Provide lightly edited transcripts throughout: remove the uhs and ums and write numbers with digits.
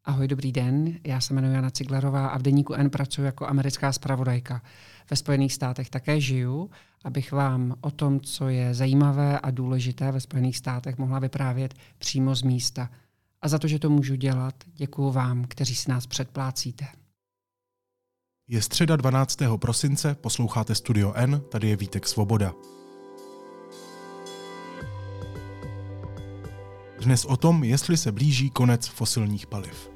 Ahoj, dobrý den. Já se jmenuji Jana Ciglerová a v Deníku N pracuji jako americká zpravodajka. Ve Spojených státech také žiju, abych vám o tom, co je zajímavé a důležité ve Spojených státech, mohla vyprávět přímo z místa. A za to, že to můžu dělat, děkuju vám, kteří si nás předplácíte. Je středa 12. prosince, posloucháte Studio N, tady je Vítek Svoboda. Dnes o tom, jestli se blíží konec fosilních paliv.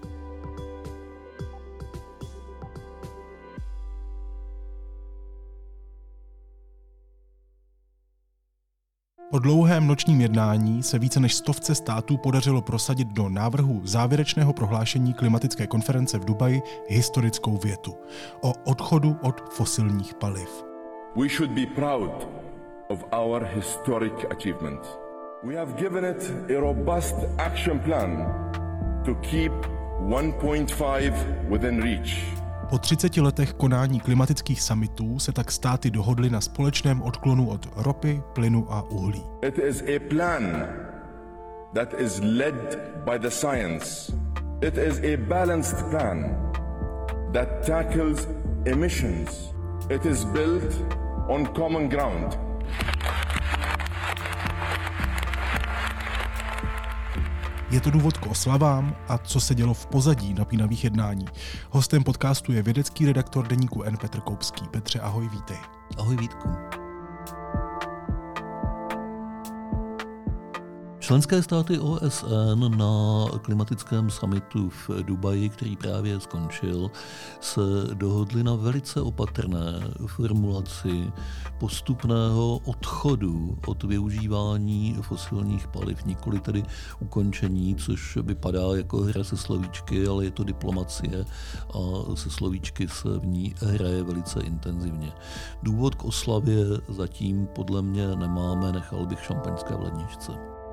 Po dlouhém nočním jednání se více než 100 států podařilo prosadit do návrhu závěrečného prohlášení klimatické konference v Dubaji historickou větu o odchodu od fosilních paliv. We should be proud of our historic achievement. We have given it a robust action plan to keep 1.5 within reach. Po 30 letech konání klimatických summitů se tak státy dohodly na společném odklonu od ropy, plynu a uhlí. It is a plan that is led by the science. It is a balanced plan that tackles emissions. It is built on common ground. Je to důvod k oslavám a co se dělo v pozadí napínavých jednání. Hostem podcastu je vědecký redaktor Deníku N Petr Koupský. Petře, ahoj, vítej. Ahoj, Vítku. Členské státy OSN na klimatickém summitu v Dubaji, který právě skončil, se dohodli na velice opatrné formulaci postupného odchodu od využívání fosilních paliv. Nikoli tedy ukončení, což vypadá jako hra se slovíčky, ale je to diplomacie a se slovíčky se v ní hraje velice intenzivně. Důvod k oslavě zatím podle mě nemáme, nechal bych šampaňské v ledničce.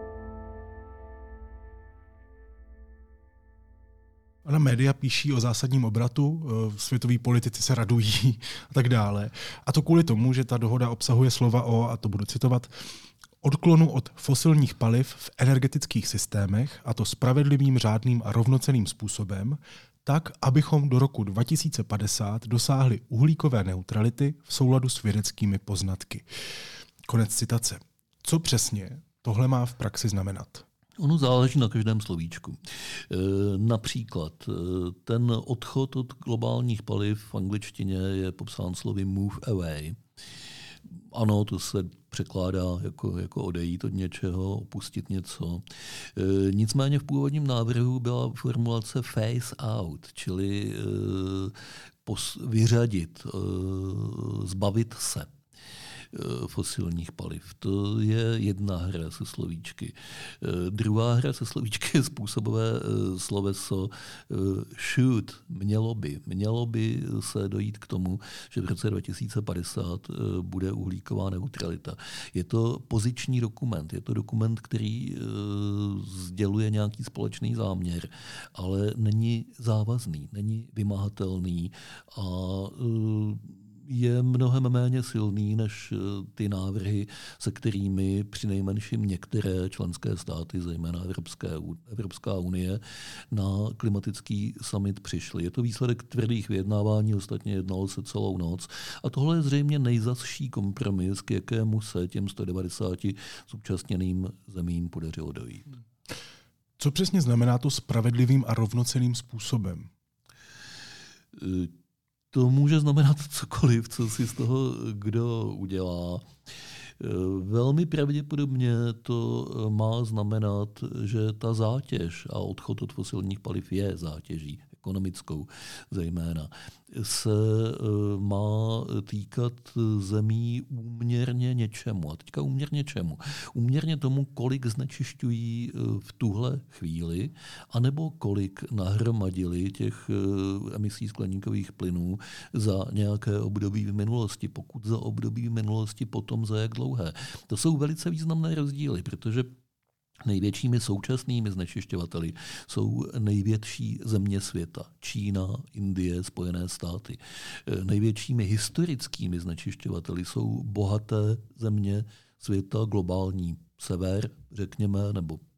Na média píší o zásadním obratu, světoví politici se radují a tak dále. A to kvůli tomu, že ta dohoda obsahuje slova o, a to budu citovat, odklonu od fosilních paliv v energetických systémech, a to spravedlivým, řádným a rovnocenným způsobem, tak, abychom do roku 2050 dosáhli uhlíkové neutrality v souladu s vědeckými poznatky. Konec citace. Co přesně tohle má v praxi znamenat? Ono záleží na každém slovíčku. Například ten odchod od globálních paliv v angličtině je popsán slovy move away. Ano, to se překládá jako odejít od něčeho, opustit něco. Nicméně v původním návrhu byla formulace phase out, čili vyřadit, zbavit se fosilních paliv. To je jedna hra se slovíčky. Druhá hra se slovíčky je způsobové sloveso should, mělo by. Mělo by se dojít k tomu, že v roce 2050 bude uhlíková neutralita. Je to poziční dokument, je to dokument, který sděluje nějaký společný záměr, ale není závazný, není vymahatelný a je mnohem méně silný než ty návrhy, se kterými přinejmenším některé členské státy, zejména Evropská unie, na klimatický summit přišly. Je to výsledek tvrdých vyjednávání, ostatně jednalo se celou noc. A tohle je zřejmě nejzazší kompromis, k jakému se těm 190 zúčastněným zemím podařilo dojít. Co přesně znamená to spravedlivým a rovnocenným způsobem? To může znamenat cokoliv, co si z toho kdo udělá. Velmi pravděpodobně to má znamenat, že ta zátěž a odchod od fosilních paliv je zátěží ekonomickou zejména, se má týkat zemí úměrně něčemu. A teďka úměrně čemu? Úměrně tomu, kolik znečišťují v tuhle chvíli, anebo kolik nahromadili těch emisí skleníkových plynů za nějaké období v minulosti. Pokud za období v minulosti, potom za jak dlouhé. To jsou velice významné rozdíly, protože největšími současnými znečišťovateli jsou největší země světa. Čína, Indie, Spojené státy. Největšími historickými znečišťovateli jsou bohaté země světa, globální sever, řekněme, nebo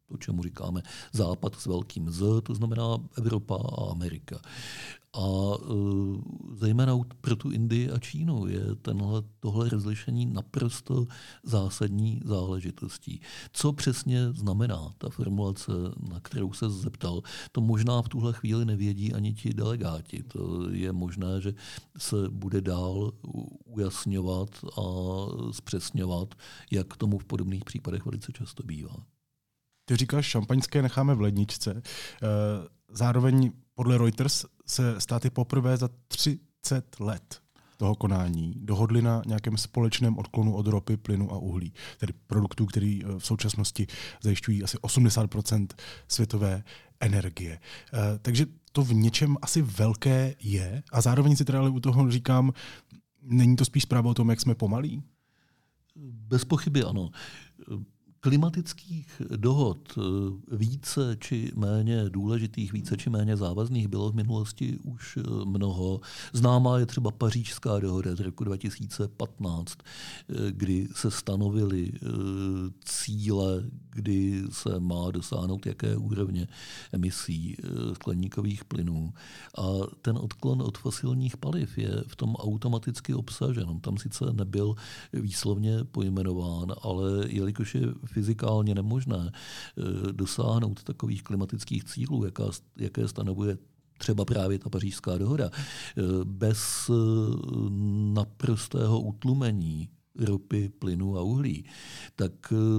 to, čemu říkáme Západ s velkým Z, to znamená Evropa a Amerika. A zejména pro tu Indii a Čínu je tohle rozlišení naprosto zásadní záležitostí. Co přesně znamená ta formulace, na kterou se zeptal, to možná v tuhle chvíli nevědí ani ti delegáti. To je možné, že se bude dál ujasňovat a zpřesňovat, jak tomu v podobných případech velice často bývá. Ty říkáš, šampaňské necháme v ledničce. Zároveň podle Reuters se státy poprvé za 30 let toho konání dohodly na nějakém společném odklonu od ropy, plynu a uhlí, tedy produktů, který v současnosti zajišťují asi 80% světové energie. Takže to v něčem asi velké je a zároveň si teda ale u toho říkám, není to spíš zpráva o tom, jak jsme pomalí? Bez pochyby ano. Klimatických dohod více či méně důležitých, více či méně závazných bylo v minulosti už mnoho. Známá je třeba Pařížská dohoda z roku 2015, kdy se stanovily cíle, kdy se má dosáhnout jaké úrovně emisí skleníkových plynů. A ten odklon od fosilních paliv je v tom automaticky obsažen. On tam sice nebyl výslovně pojmenován, ale jelikož je fyzikálně nemožné dosáhnout takových klimatických cílů, jaké stanovuje třeba právě ta Pařížská dohoda, bez naprostého utlumení ropy, plynu a uhlí, tak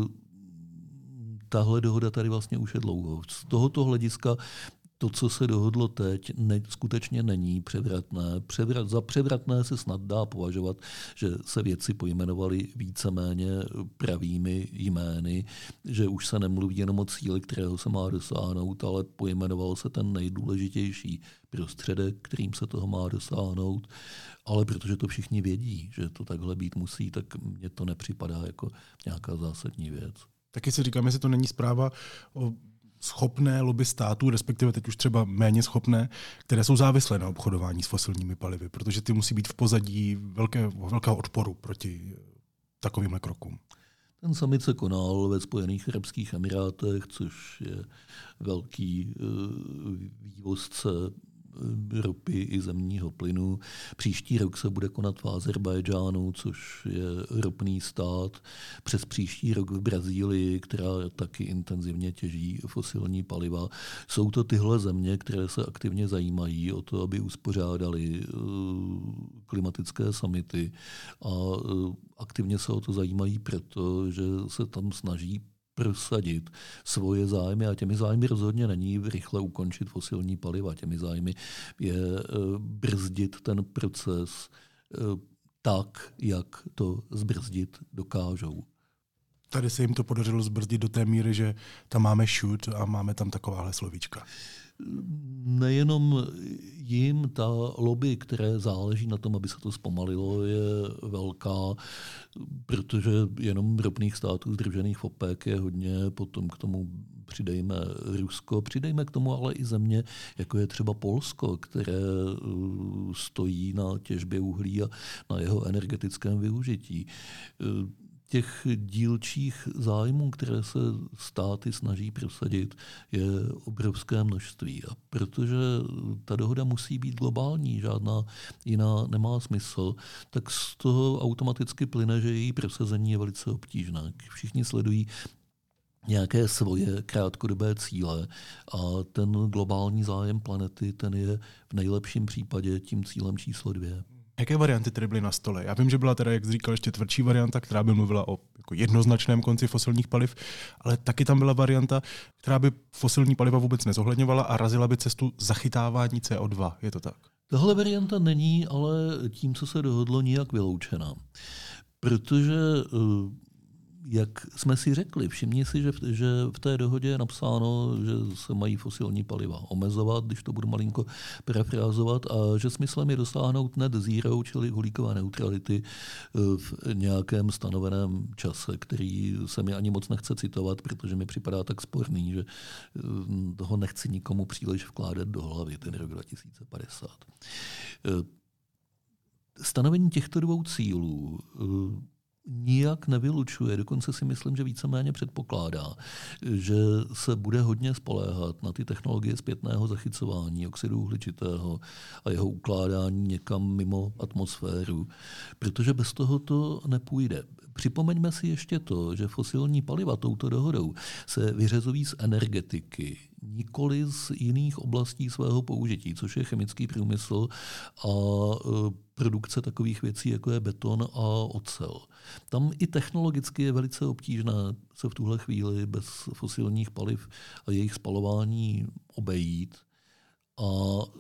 tahle dohoda tady vlastně už je dlouho. Z tohoto hlediska to, co se dohodlo teď, skutečně není převratné. Za převratné se snad dá považovat, že se věci pojmenovaly víceméně pravými jmény, že už se nemluví jenom o cíli, kterého se má dosáhnout, ale pojmenoval se ten nejdůležitější prostředek, kterým se toho má dosáhnout. Ale protože to všichni vědí, že to takhle být musí, tak mně to nepřipadá jako nějaká zásadní věc. Taky si říkám, jestli to není zpráva o schopné lobby států, respektive teď už třeba méně schopné, které jsou závislé na obchodování s fosilními palivy, protože ty musí být v pozadí velkého odporu proti takovýmhle krokům. Ten summit se konal ve Spojených arabských emirátech, což je velký vývozce ropy i zemního plynu. Příští rok se bude konat v Azerbajdžánu, což je ropný stát. Přes příští rok v Brazílii, která taky intenzivně těží fosilní paliva. Jsou to tyhle země, které se aktivně zajímají o to, aby uspořádali klimatické summity a aktivně se o to zajímají, protože se tam snaží prosadit svoje zájmy a těmi zájmy rozhodně není rychle ukončit fosilní paliva. Těmi zájmy je brzdit ten proces tak, jak to zbrzdit dokážou. Tady se jim to podařilo zbrzdit do té míry, že tam máme shoot a máme tam takováhle slovíčka. Nejenom jim, ta lobby, které záleží na tom, aby se to zpomalilo, je velká, protože jenom ropných států združených v OPEC je hodně, potom k tomu přidejme Rusko, přidejme k tomu ale i země, jako je třeba Polsko, které stojí na těžbě uhlí a na jeho energetickém využití. Těch dílčích zájmů, které se státy snaží prosadit, je obrovské množství. A protože ta dohoda musí být globální, žádná jiná nemá smysl, tak z toho automaticky plyne, že její prosazení je velice obtížné. Všichni sledují nějaké svoje krátkodobé cíle a ten globální zájem planety, ten je v nejlepším případě tím cílem číslo 2. Jaké varianty tedy byly na stole? Já vím, že byla teda, jak jsi říkal, ještě tvrdší varianta, která by mluvila o jako jednoznačném konci fosilních paliv, ale taky tam byla varianta, která by fosilní paliva vůbec nezohledňovala a razila by cestu zachytávání CO2. Je to tak? Tahle varianta není ale tím, co se dohodlo, nijak vyloučená. Protože jak jsme si řekli, všimni si, že v té dohodě je napsáno, že se mají fosilní paliva omezovat, když to budu malinko parafrázovat, a že smyslem je dosáhnout net zero, čili uhlíkové neutrality v nějakém stanoveném čase, který se mi ani moc nechce citovat, protože mi připadá tak sporný, že toho nechci nikomu příliš vkládat do hlavy, ten rok 2050. Stanovení těchto dvou cílů nijak nevylučuje, dokonce si myslím, že víceméně předpokládá, že se bude hodně spoléhat na ty technologie zpětného zachycování oxidu uhličitého a jeho ukládání někam mimo atmosféru, protože bez toho to nepůjde. Připomeňme si ještě to, že fosilní paliva touto dohodou se vyřazují z energetiky, nikoli z jiných oblastí svého použití, což je chemický průmysl a produkce takových věcí, jako je beton a ocel. Tam i technologicky je velice obtížné se v tuhle chvíli bez fosilních paliv a jejich spalování obejít. A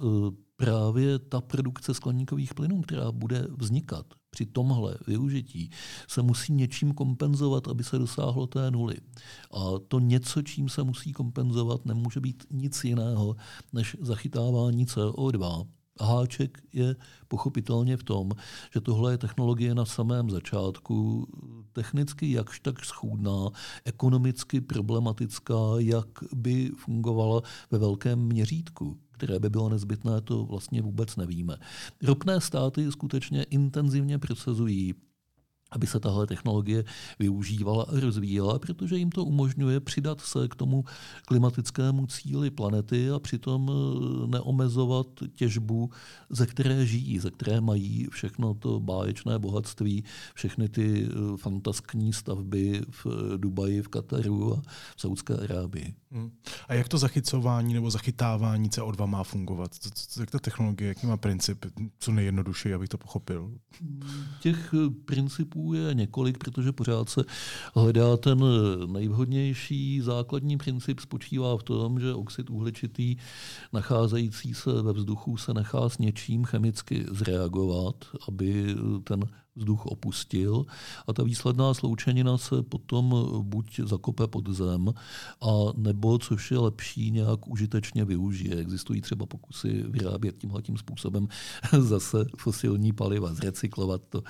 právě ta produkce skleníkových plynů, která bude vznikat při tomhle využití, se musí něčím kompenzovat, aby se dosáhlo té nuly. A to něco, čím se musí kompenzovat, nemůže být nic jiného než zachytávání CO2. Háček je pochopitelně v tom, že tohle je technologie na samém začátku, technicky jakž tak schůdná, ekonomicky problematická, jak by fungovala ve velkém měřítku, které by bylo nezbytné, to vlastně vůbec nevíme. Ropné státy skutečně intenzivně prosazují, aby se tahle technologie využívala a rozvíjela, protože jim to umožňuje přidat se k tomu klimatickému cíli planety a přitom neomezovat těžbu, ze které žijí, ze které mají všechno to báječné bohatství, všechny ty fantaskní stavby v Dubaji, v Kataru a v Saudské Arábii. A jak to zachycování nebo zachytávání CO2 má fungovat? Jak ta technologie, jaký má princip? Co nejjednodušeji, abych to pochopil? Těch principů je několik, protože pořád se hledá ten nejvhodnější. Základní princip spočívá v tom, že oxid uhličitý nacházející se ve vzduchu se nechá s něčím chemicky zreagovat, aby ten vzduch opustil a ta výsledná sloučenina se potom buď zakope pod zem, a nebo, což je lepší, nějak užitečně využije. Existují třeba pokusy vyrábět tímhletím způsobem zase fosilní paliva, zrecyklovat to.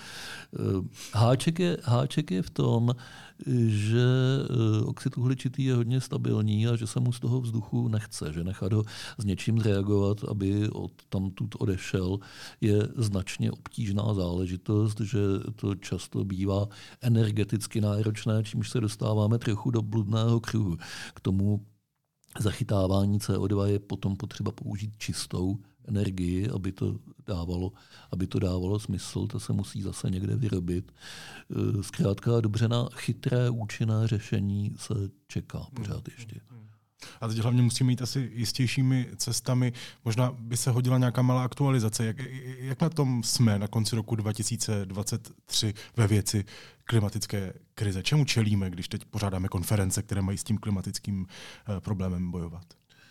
Háček je v tom, že oxid uhličitý je hodně stabilní a že se mu z toho vzduchu nechce, že nechat ho s něčím zreagovat, aby odtamtud odešel, je značně obtížná záležitost, že to často bývá energeticky náročné, čímž se dostáváme trochu do bludného kruhu. K tomu zachytávání CO2 je potom potřeba použít čistou energii, aby to dávalo smysl, to se musí zase někde vyrobit. Zkrátka dobře na chytré, účinné řešení se čeká pořád ještě. A teď hlavně musíme jít asi jistějšími cestami. Možná by se hodila nějaká malá aktualizace. Jak na tom jsme na konci roku 2023 ve věci klimatické krize? Čemu čelíme, když teď pořádáme konference, které mají s tím klimatickým problémem bojovat?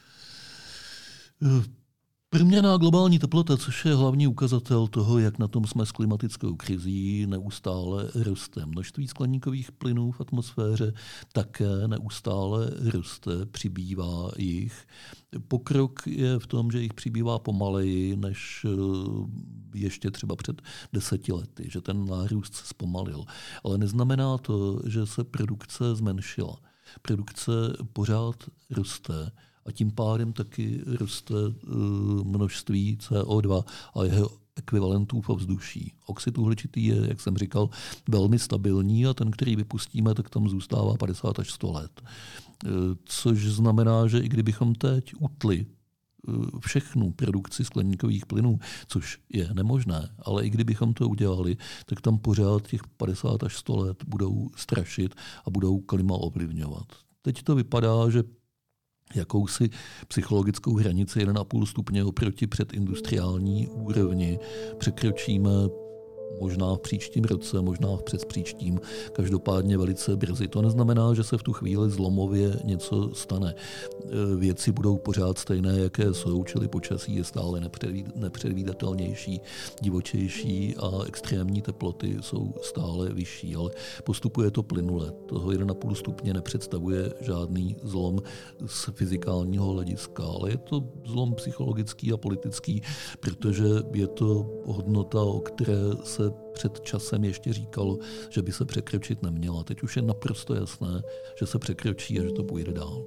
Průměrná globální teplota, což je hlavní ukazatel toho, jak na tom jsme s klimatickou krizí, neustále roste. Množství skleníkových plynů v atmosféře také neustále roste, přibývá jich. Pokrok je v tom, že jich přibývá pomaleji než ještě třeba před 10 lety, že ten nárůst se zpomalil. Ale neznamená to, že se produkce zmenšila. Produkce pořád roste. A tím pádem taky roste množství CO2 a jeho ekvivalentů v ovzduší. Oxid uhličitý je, jak jsem říkal, velmi stabilní a ten, který vypustíme, tak tam zůstává 50 až 100 let. Což znamená, že i kdybychom teď utli všechnu produkci skleníkových plynů, což je nemožné, ale i kdybychom to udělali, tak tam pořád těch 50 až 100 let budou strašit a budou klima ovlivňovat. Teď to vypadá, že jakousi psychologickou hranici 1,5 stupně oproti předindustriální úrovni překročíme možná v příštím roce, možná v předpříštím, každopádně velice brzy. To neznamená, že se v tu chvíli zlomově něco stane. Věci budou pořád stejné, jaké jsou, čili počasí je stále nepředvídatelnější, divočejší a extrémní teploty jsou stále vyšší, ale postupuje to plynule. Toho 1,5 stupně nepředstavuje žádný zlom z fyzikálního hlediska, ale je to zlom psychologický a politický, protože je to hodnota, o které se před časem ještě říkalo, že by se překročit neměla. Teď už je naprosto jasné, že se překročí a že to půjde dál.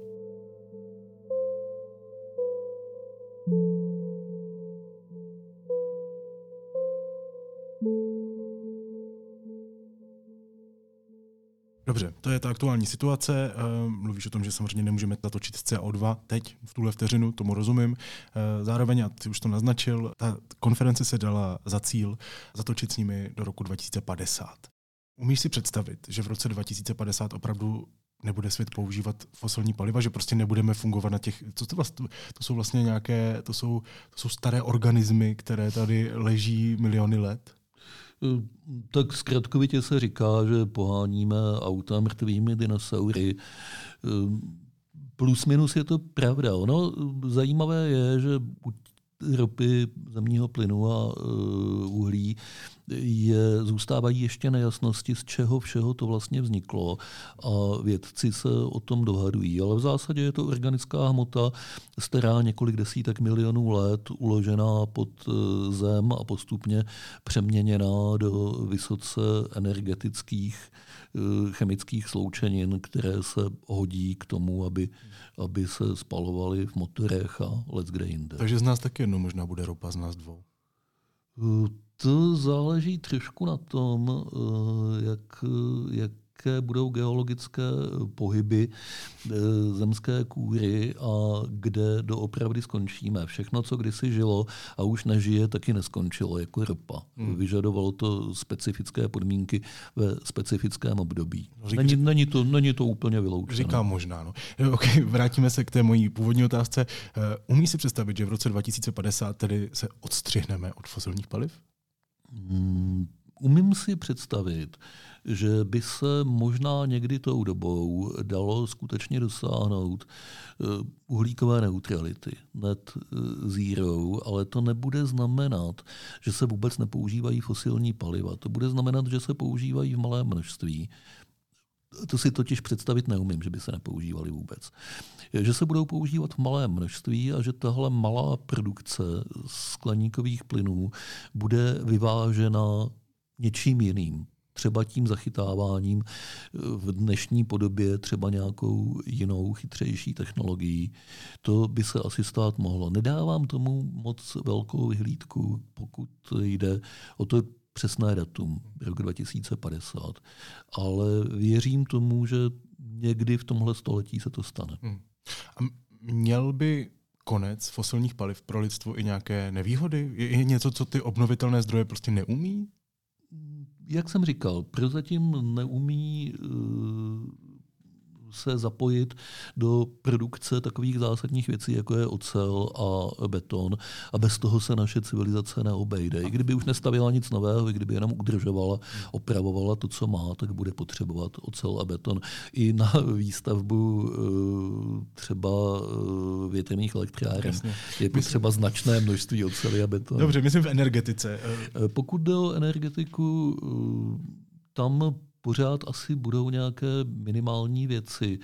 Dobře, to je ta aktuální situace. Mluvíš o tom, že samozřejmě nemůžeme natočit CO2 teď, v tuhle vteřinu, tomu rozumím. Zároveň, a ty už to naznačil, ta konference se dala za cíl zatočit s nimi do roku 2050. Umíš si představit, že v roce 2050 opravdu nebude svět používat fosilní paliva, že prostě nebudeme fungovat na těch, to jsou vlastně nějaké, to jsou staré organismy, které tady leží miliony let? Tak zkratkovitě se říká, že poháníme auta mrtvými dinosaury. Plus minus je to pravda. Ono zajímavé je, že u ropy, zemního plynu a uhlí zůstávají ještě nejasnosti, z čeho všeho to vlastně vzniklo a vědci se o tom dohadují. Ale v zásadě je to organická hmota, stará několik desítek milionů let, uložená pod zem a postupně přeměněná do vysoce energetických chemických sloučenin, které se hodí k tomu, aby se spalovaly v motorech a leckde jinde. Takže z nás taky jednou možná bude ropa, z nás dvou. To záleží trošku na tom, jaké budou geologické pohyby zemské kůry a kde doopravdy skončíme. Všechno, co kdysi žilo a už nežije, taky neskončilo jako ropa. Vyžadovalo to specifické podmínky ve specifickém období. Není to úplně vyloučené. Říkám možná. No. Okay, vrátíme se k té mojí původní otázce. Umí si představit, že v roce 2050 tedy se odstřihneme od fosilních paliv? Umím si představit, že by se možná někdy tou dobou dalo skutečně dosáhnout uhlíkové neutrality, net zero, ale to nebude znamenat, že se vůbec nepoužívají fosilní paliva. To bude znamenat, že se používají v malém množství. To si totiž představit neumím, že by se nepoužívali vůbec. Že se budou používat v malém množství a že tahle malá produkce skleníkových plynů bude vyvážena něčím jiným. Třeba tím zachytáváním v dnešní podobě, třeba nějakou jinou, chytřejší technologií. To by se asi stát mohlo. Nedávám tomu moc velkou vyhlídku, pokud jde o to přesné datum, rok 2050. Ale věřím tomu, že někdy v tomhle století se to stane. A měl by konec fosilních paliv pro lidstvo i nějaké nevýhody? Je něco, co ty obnovitelné zdroje prostě neumí? Jak jsem říkal, prozatím neumí se zapojit do produkce takových zásadních věcí, jako je ocel a beton. A bez toho se naše civilizace neobejde. I kdyby už nestavila nic nového, i kdyby jenom udržovala, opravovala to, co má, tak bude potřebovat ocel a beton. I na výstavbu třeba větrných elektráren je potřeba značné množství oceli a betonu. Dobře, myslím v energetice. Pokud jde o energetiku, tam pořád asi budou nějaké minimální věci,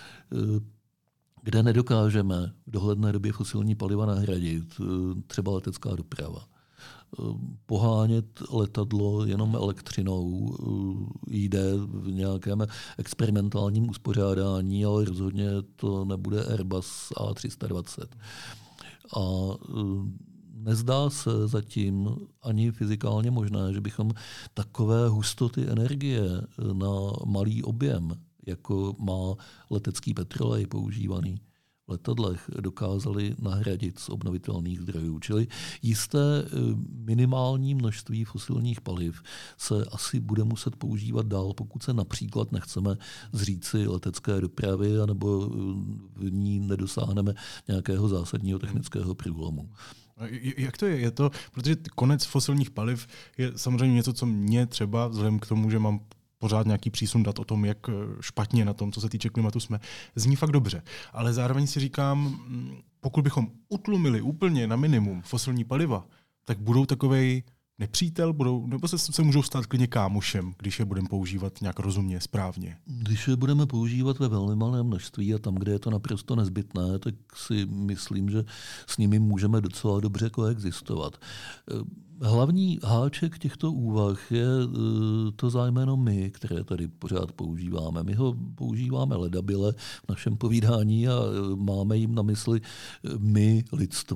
kde nedokážeme v dohledné době fosilní paliva nahradit, třeba letecká doprava. Pohánět letadlo jenom elektřinou jde v nějakém experimentálním uspořádání, ale rozhodně to nebude Airbus A320. A nezdá se zatím ani fyzikálně možné, že bychom takové hustoty energie na malý objem, jako má letecký petrolej používaný v letadlech, dokázali nahradit z obnovitelných zdrojů. Čili jisté minimální množství fosilních paliv se asi bude muset používat dál, pokud se například nechceme zříci letecké dopravy anebo v ní nedosáhneme nějakého zásadního technického průlomu. Jak to je? Je to, protože konec fosilních paliv je samozřejmě něco, co mě třeba, vzhledem k tomu, že mám pořád nějaký přísun dat o tom, jak špatně na tom, co se týče klimatu jsme, zní fakt dobře. Ale zároveň si říkám, pokud bychom utlumili úplně na minimum fosilní paliva, tak budou takovej nepřítel, nebo se můžou stát klidně kámošem, když je budeme používat nějak rozumně, správně. Když je budeme používat ve velmi malém množství a tam, kde je to naprosto nezbytné, tak si myslím, že s nimi můžeme docela dobře koexistovat. Hlavní háček těchto úvah je to zájmeno my, které tady pořád používáme. My ho používáme ledabyle v našem povídání a máme jim na mysli my lidstvo.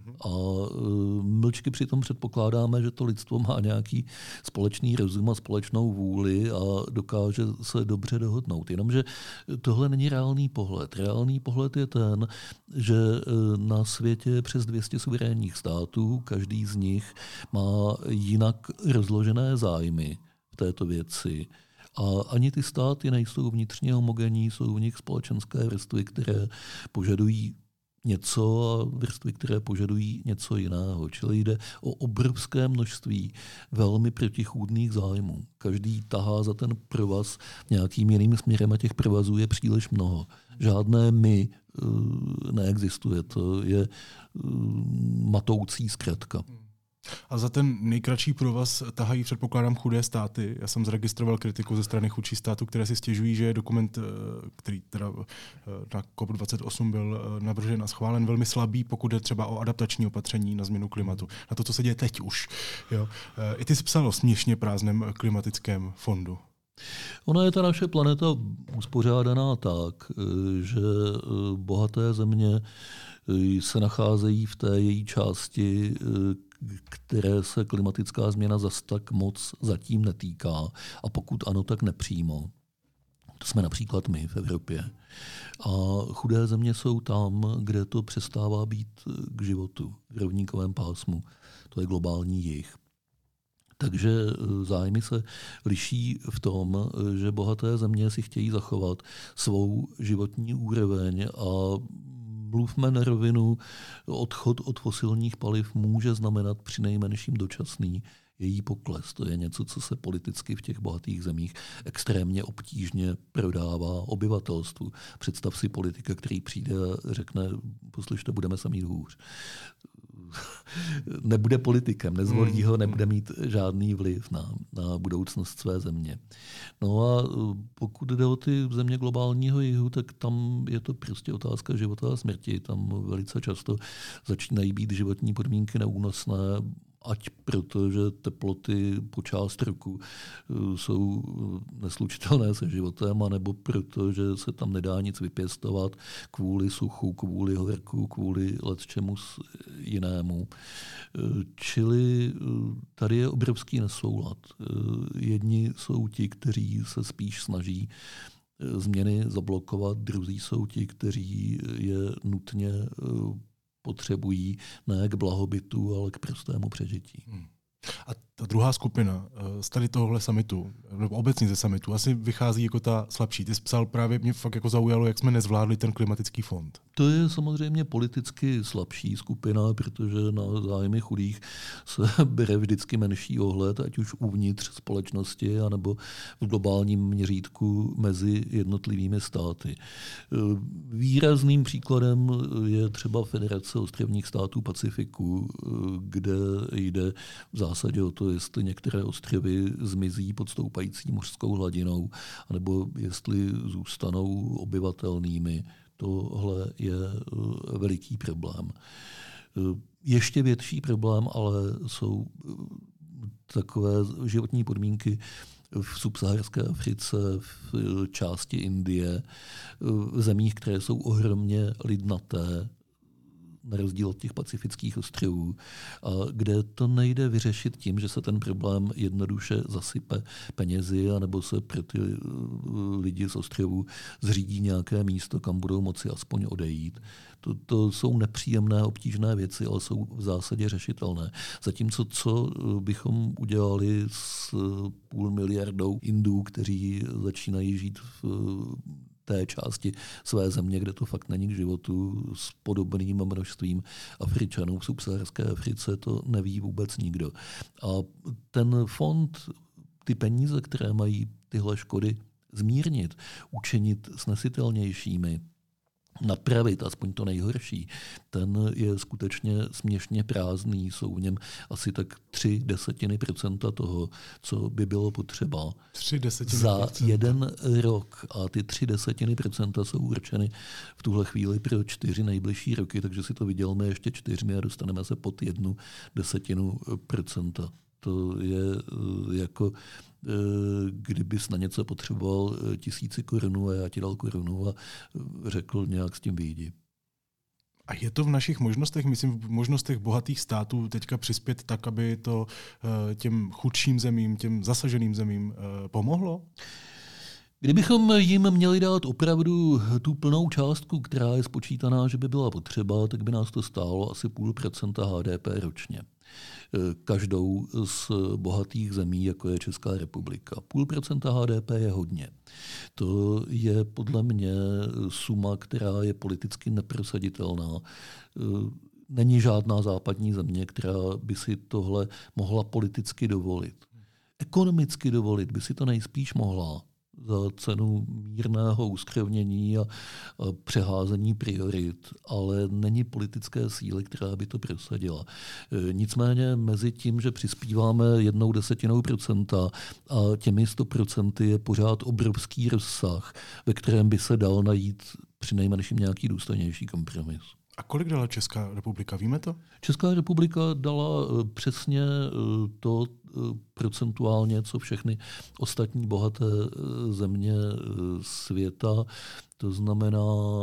A mlčky přitom předpokládáme, že to lidstvo má nějaký společný rozum a společnou vůli a dokáže se dobře dohodnout. Jenomže tohle není reálný pohled. Reálný pohled je ten, že na světě je přes 200 suverénních států, každý z nich má jinak rozložené zájmy v této věci. A ani ty státy nejsou vnitřně homogenní, jsou v nich společenské vrstvy, které požadují něco a vrstvy, které požadují něco jiného. Čili jde o obrovské množství velmi protichůdných zájmů. Každý tahá za ten provaz nějakým jiným směrem a těch provazů je příliš mnoho. Žádné my neexistuje. To je matoucí zkratka. A za ten nejkratší provaz tahají, předpokládám, chudé státy. Já jsem zaregistroval kritiku ze strany chudších států, které si stěžují, že je dokument, který teda na COP28 byl navržen a schválen, velmi slabý, pokud je třeba o adaptační opatření na změnu klimatu. Na to, co se děje teď už. Jo. I ty jsi psal o směšně prázdném klimatickém fondu. Ona je ta naše planeta uspořádaná tak, že bohaté země se nacházejí v té její části, které se klimatická změna zas tak moc zatím netýká. A pokud ano, tak nepřímo. To jsme například my v Evropě. A chudé země jsou tam, kde to přestává být k životu, v rovníkovém pásmu. To je globální jih. Takže zájmy se liší v tom, že bohaté země si chtějí zachovat svou životní úroveň a mluvme na rovinu, odchod od fosilních paliv může znamenat přinejmenším dočasný její pokles. To je něco, co se politicky v těch bohatých zemích extrémně obtížně prodává obyvatelstvu. Představ si politika, který přijde a řekne, poslyšte, budeme se mít hůř. Nebude politikem, nezvolí ho, nebude mít žádný vliv na budoucnost své země. No a pokud jde o ty země globálního jihu, tak tam je to prostě otázka života a smrti. Tam velice často začínají být životní podmínky neúnosné, ať protože teploty po část roku jsou neslučitelné se životem, anebo protože se tam nedá nic vypěstovat kvůli suchu, kvůli horku, kvůli lecčemu jinému. Čili tady je obrovský nesoulad. Jedni jsou ti, kteří se spíš snaží změny zablokovat, druzí jsou ti, kteří je nutně potřebují ne k blahobytu, ale k prostému přežití. A ta druhá skupina z tady tohohle summitu, nebo obecně ze summitu, asi vychází jako ta slabší. Ty jsi psal právě, mě fakt jako zaujalo, jak jsme nezvládli ten klimatický fond. To je samozřejmě politicky slabší skupina, protože na zájmy chudých se bere vždycky menší ohled, ať už uvnitř společnosti, anebo v globálním měřítku mezi jednotlivými státy. Výrazným příkladem je třeba Federace ostrovních států Pacifiku, kde jde v zásadě o to, jestli některé ostrovy zmizí pod stoupající mořskou hladinou, anebo jestli zůstanou obyvatelnými. Tohle je veliký problém. Ještě větší problém ale jsou takové životní podmínky v subsaharské Africe, v části Indie, v zemích, které jsou ohromně lidnaté, na rozdíl od těch pacifických ostrovů, a kde to nejde vyřešit tím, že se ten problém jednoduše zasype penězi, anebo se pro ty lidi z ostrovů zřídí nějaké místo, kam budou moci aspoň odejít. To jsou nepříjemné, obtížné věci, ale jsou v zásadě řešitelné. Zatímco co bychom udělali s 500 miliardou Indů, kteří začínají žít v té části své země, kde to fakt není k životu, s podobným množstvím Afričanů v subsaharské Africe, to neví vůbec nikdo. A ten fond, ty peníze, které mají tyhle škody zmírnit, učinit snesitelnějšími, napravit aspoň to nejhorší, ten je skutečně směšně prázdný. Jsou v něm asi tak 0,3% toho, co by bylo potřeba 0,3% za jeden rok. A ty 0,3% jsou určeny v tuhle chvíli pro 4 nejbližší roky, takže si to vydělíme ještě 4 a dostaneme se pod 0,1%. To je jako kdybys na něco potřeboval 1000 korun a já ti dal korunu a řekl nějak s tím vyjdi. A je to v našich možnostech, myslím v možnostech bohatých států teďka přispět tak, aby to těm chudším zemím, těm zasaženým zemím pomohlo? Kdybychom jim měli dát opravdu tu plnou částku, která je spočítaná, že by byla potřeba, tak by nás to stálo asi 0,5% HDP ročně. Každou z bohatých zemí, jako je Česká republika. 0,5% HDP je hodně. To je podle mě suma, která je politicky neprosaditelná. Není žádná západní země, která by si tohle mohla politicky dovolit. Ekonomicky dovolit by si to nejspíš mohla za cenu mírného uskrovnění a přeházení priorit, ale není politické síly, která by to prosadila. Nicméně mezi tím, že přispíváme 0,1% a těmi 100% je pořád obrovský rozsah, ve kterém by se dal najít přinejmenším nějaký důstojnější kompromis. A kolik dala Česká republika, víme to? Česká republika dala přesně to procentuálně, co všechny ostatní bohaté země světa, to znamená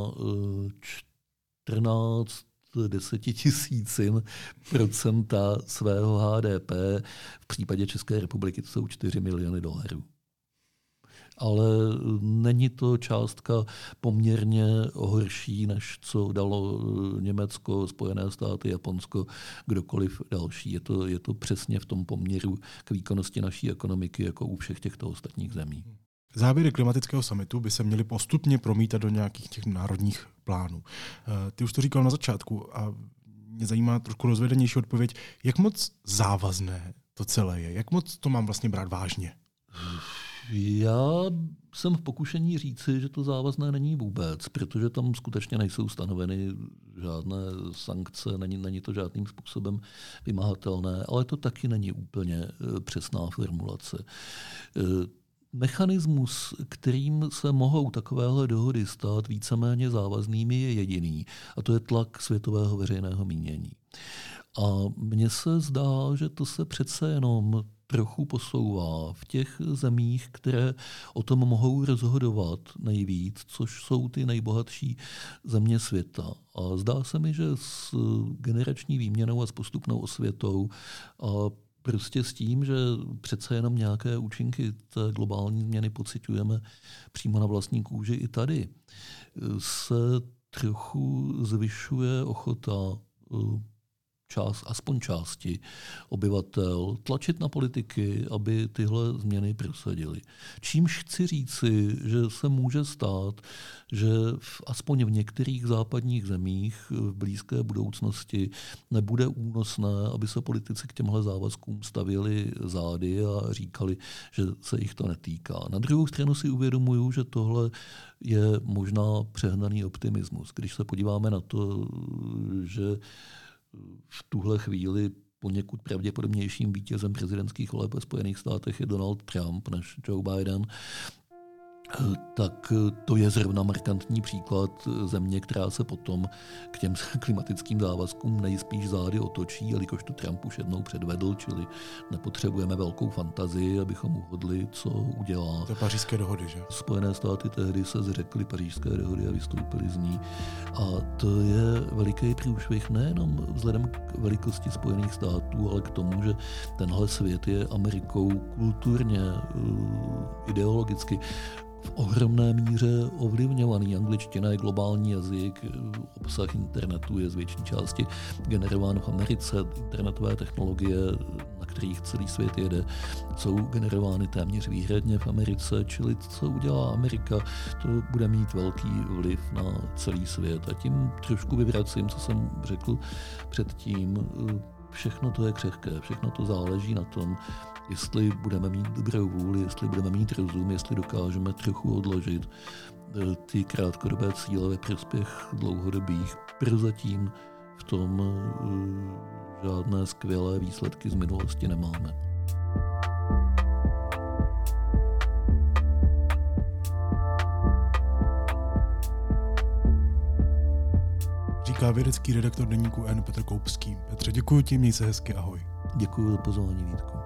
14 desetitisícin procenta svého HDP. V případě České republiky to jsou 4 miliony dolarů. Ale není to částka poměrně horší, než co dalo Německo, Spojené státy, Japonsko, kdokoliv další. Je to přesně v tom poměru k výkonnosti naší ekonomiky, jako u všech těchto ostatních zemí. Závěry klimatického summitu by se měly postupně promítat do nějakých těch národních plánů. Ty už to říkal na začátku a mě zajímá trošku rozvedenější odpověď. Jak moc závazné to celé je? Jak moc to mám vlastně brát vážně? Já jsem v pokušení říci, že to závazné není vůbec, protože tam skutečně nejsou stanoveny žádné sankce, není to žádným způsobem vymahatelné, ale to taky není úplně přesná formulace. Mechanismus, kterým se mohou takovéhle dohody stát víceméně závaznými, je jediný, a to je tlak světového veřejného mínění. A mně se zdá, že to se přece jenom trochu posouvá v těch zemích, které o tom mohou rozhodovat nejvíc, což jsou ty nejbohatší země světa. A zdá se mi, že s generační výměnou a s postupnou osvětou a prostě s tím, že přece jenom nějaké účinky té globální změny pociťujeme přímo na vlastní kůži i tady, se trochu zvyšuje ochota aspoň části obyvatel tlačit na politiky, aby tyhle změny prosadili. Čímž chci říci, že se může stát, že aspoň v některých západních zemích v blízké budoucnosti nebude únosné, aby se politici k těmhle závazkům stavěli zády a říkali, že se jich to netýká. Na druhou stranu si uvědomuju, že tohle je možná přehnaný optimismus. Když se podíváme na to, že v tuhle chvíli poněkud pravděpodobnějším vítězem prezidentských voleb ve Spojených státech je Donald Trump než Joe Biden, tak to je zrovna markantní příklad země, která se potom k těm klimatickým závazkům nejspíš zády otočí, jelikož to Trump už jednou předvedl, čili nepotřebujeme velkou fantazii, abychom uhodli, co udělá. To je Pařížské dohody, že? Spojené státy tehdy se zřekly Pařížské dohody a vystoupily z ní. A to je veliký průšvih nejenom vzhledem k velikosti Spojených států, ale k tomu, že tenhle svět je Amerikou kulturně, ideologicky v ohromné míře ovlivňovaný. Angličtina je globální jazyk, obsah internetu je z větší části generován v Americe, internetové technologie, na kterých celý svět jede, jsou generovány téměř výhradně v Americe, čili co udělá Amerika, to bude mít velký vliv na celý svět. A tím trošku vyvracím, co jsem řekl předtím. Všechno to je křehké, všechno to záleží na tom, jestli budeme mít dobrou vůli, jestli budeme mít rozum, jestli dokážeme trochu odložit ty krátkodobé cíle ve prospěch dlouhodobých. Prozatím v tom žádné skvělé výsledky z minulosti nemáme. Říká vědecký redaktor deníku N Petr Koupský. Petře, děkuji ti, měj se hezky, ahoj. Děkuji za pozvání, Vítku.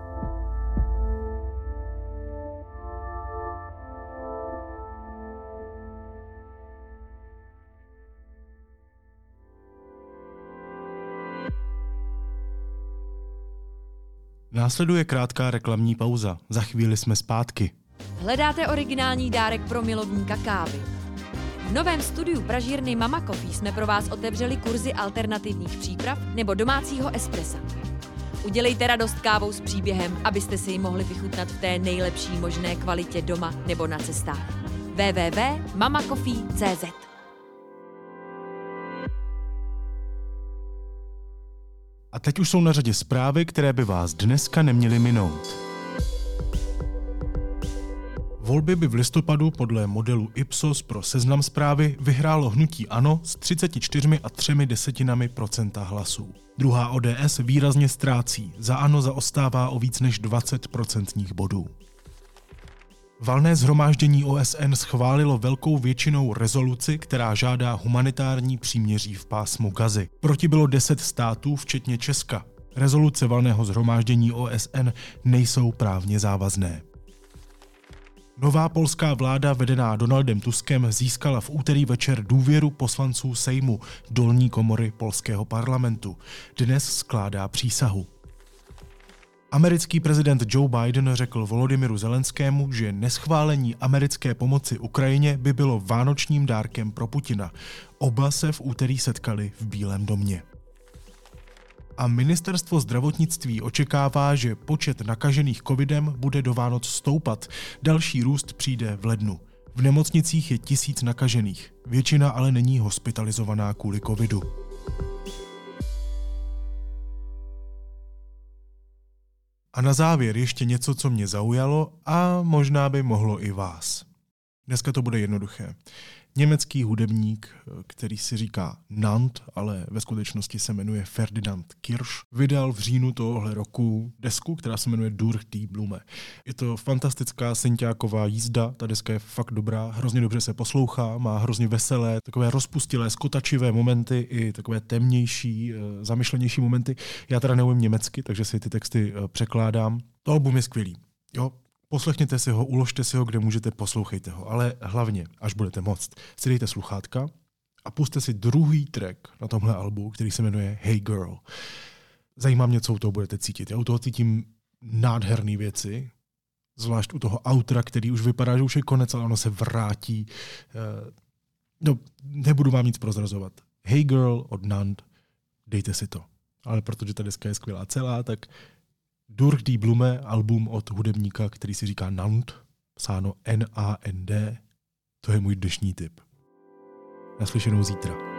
Následuje krátká reklamní pauza. Za chvíli jsme zpátky. Hledáte originální dárek pro milovníka kávy? V novém studiu pražírny Mama Coffee jsme pro vás otevřeli kurzy alternativních příprav nebo domácího espressa. Udělejte radost kávou s příběhem, abyste si ji mohli vychutnat v té nejlepší možné kvalitě doma nebo na cestách. www.mamacoffee.cz. A teď už jsou na řadě zprávy, které by vás dneska neměly minout. Volby by v listopadu podle modelu Ipsos pro Seznam Zprávy vyhrálo hnutí ANO s 34,3% hlasů. Druhá ODS výrazně ztrácí, za ANO zaostává o víc než 20% bodů. Valné shromáždění OSN schválilo velkou většinou rezoluci, která žádá humanitární příměří v pásmu Gazy. Proti bylo 10 států, včetně Česka. Rezoluce Valného shromáždění OSN nejsou právně závazné. Nová polská vláda vedená Donaldem Tuskem získala v úterý večer důvěru poslanců Sejmu, dolní komory polského parlamentu. Dnes skládá přísahu. Americký prezident Joe Biden řekl Volodymyru Zelenskému, že neschválení americké pomoci Ukrajině by bylo vánočním dárkem pro Putina. Oba se v úterý setkali v Bílém domě. A ministerstvo zdravotnictví očekává, že počet nakažených covidem bude do Vánoc stoupat. Další růst přijde v lednu. V nemocnicích je 1000 nakažených. Většina ale není hospitalizovaná kvůli covidu. A na závěr ještě něco, co mě zaujalo a možná by mohlo i vás. Dneska to bude jednoduché. Německý hudebník, který si říká Nant, ale ve skutečnosti se jmenuje Ferdinand Kirsch, vydal v říjnu tohohle roku desku, která se jmenuje Durch die Blume. Je to fantastická synťáková jízda, ta deska je fakt dobrá, hrozně dobře se poslouchá, má hrozně veselé, takové rozpustilé, skotačivé momenty i takové temnější, zamyšlenější momenty. Já teda neumím německy, takže si ty texty překládám. To album je skvělý. Jo? Poslechněte si ho, uložte si ho, kde můžete, poslouchejte ho. Ale hlavně, až budete moct, si dejte sluchátka a puste si druhý track na tomhle albu, který se jmenuje Hey Girl. Zajímá mě, co u toho budete cítit. Já u toho cítím nádherné věci, zvlášť u toho outra, který už vypadá, že už je konec, ale ono se vrátí. No, nebudu vám nic prozrazovat. Hey Girl od Nant, dejte si to. Ale protože ta deska je skvělá celá, tak Durch die Blume, album od hudebníka, který si říká Nant, psáno N-A-N-D, to je můj dnešní tip. Naslyšenou zítra.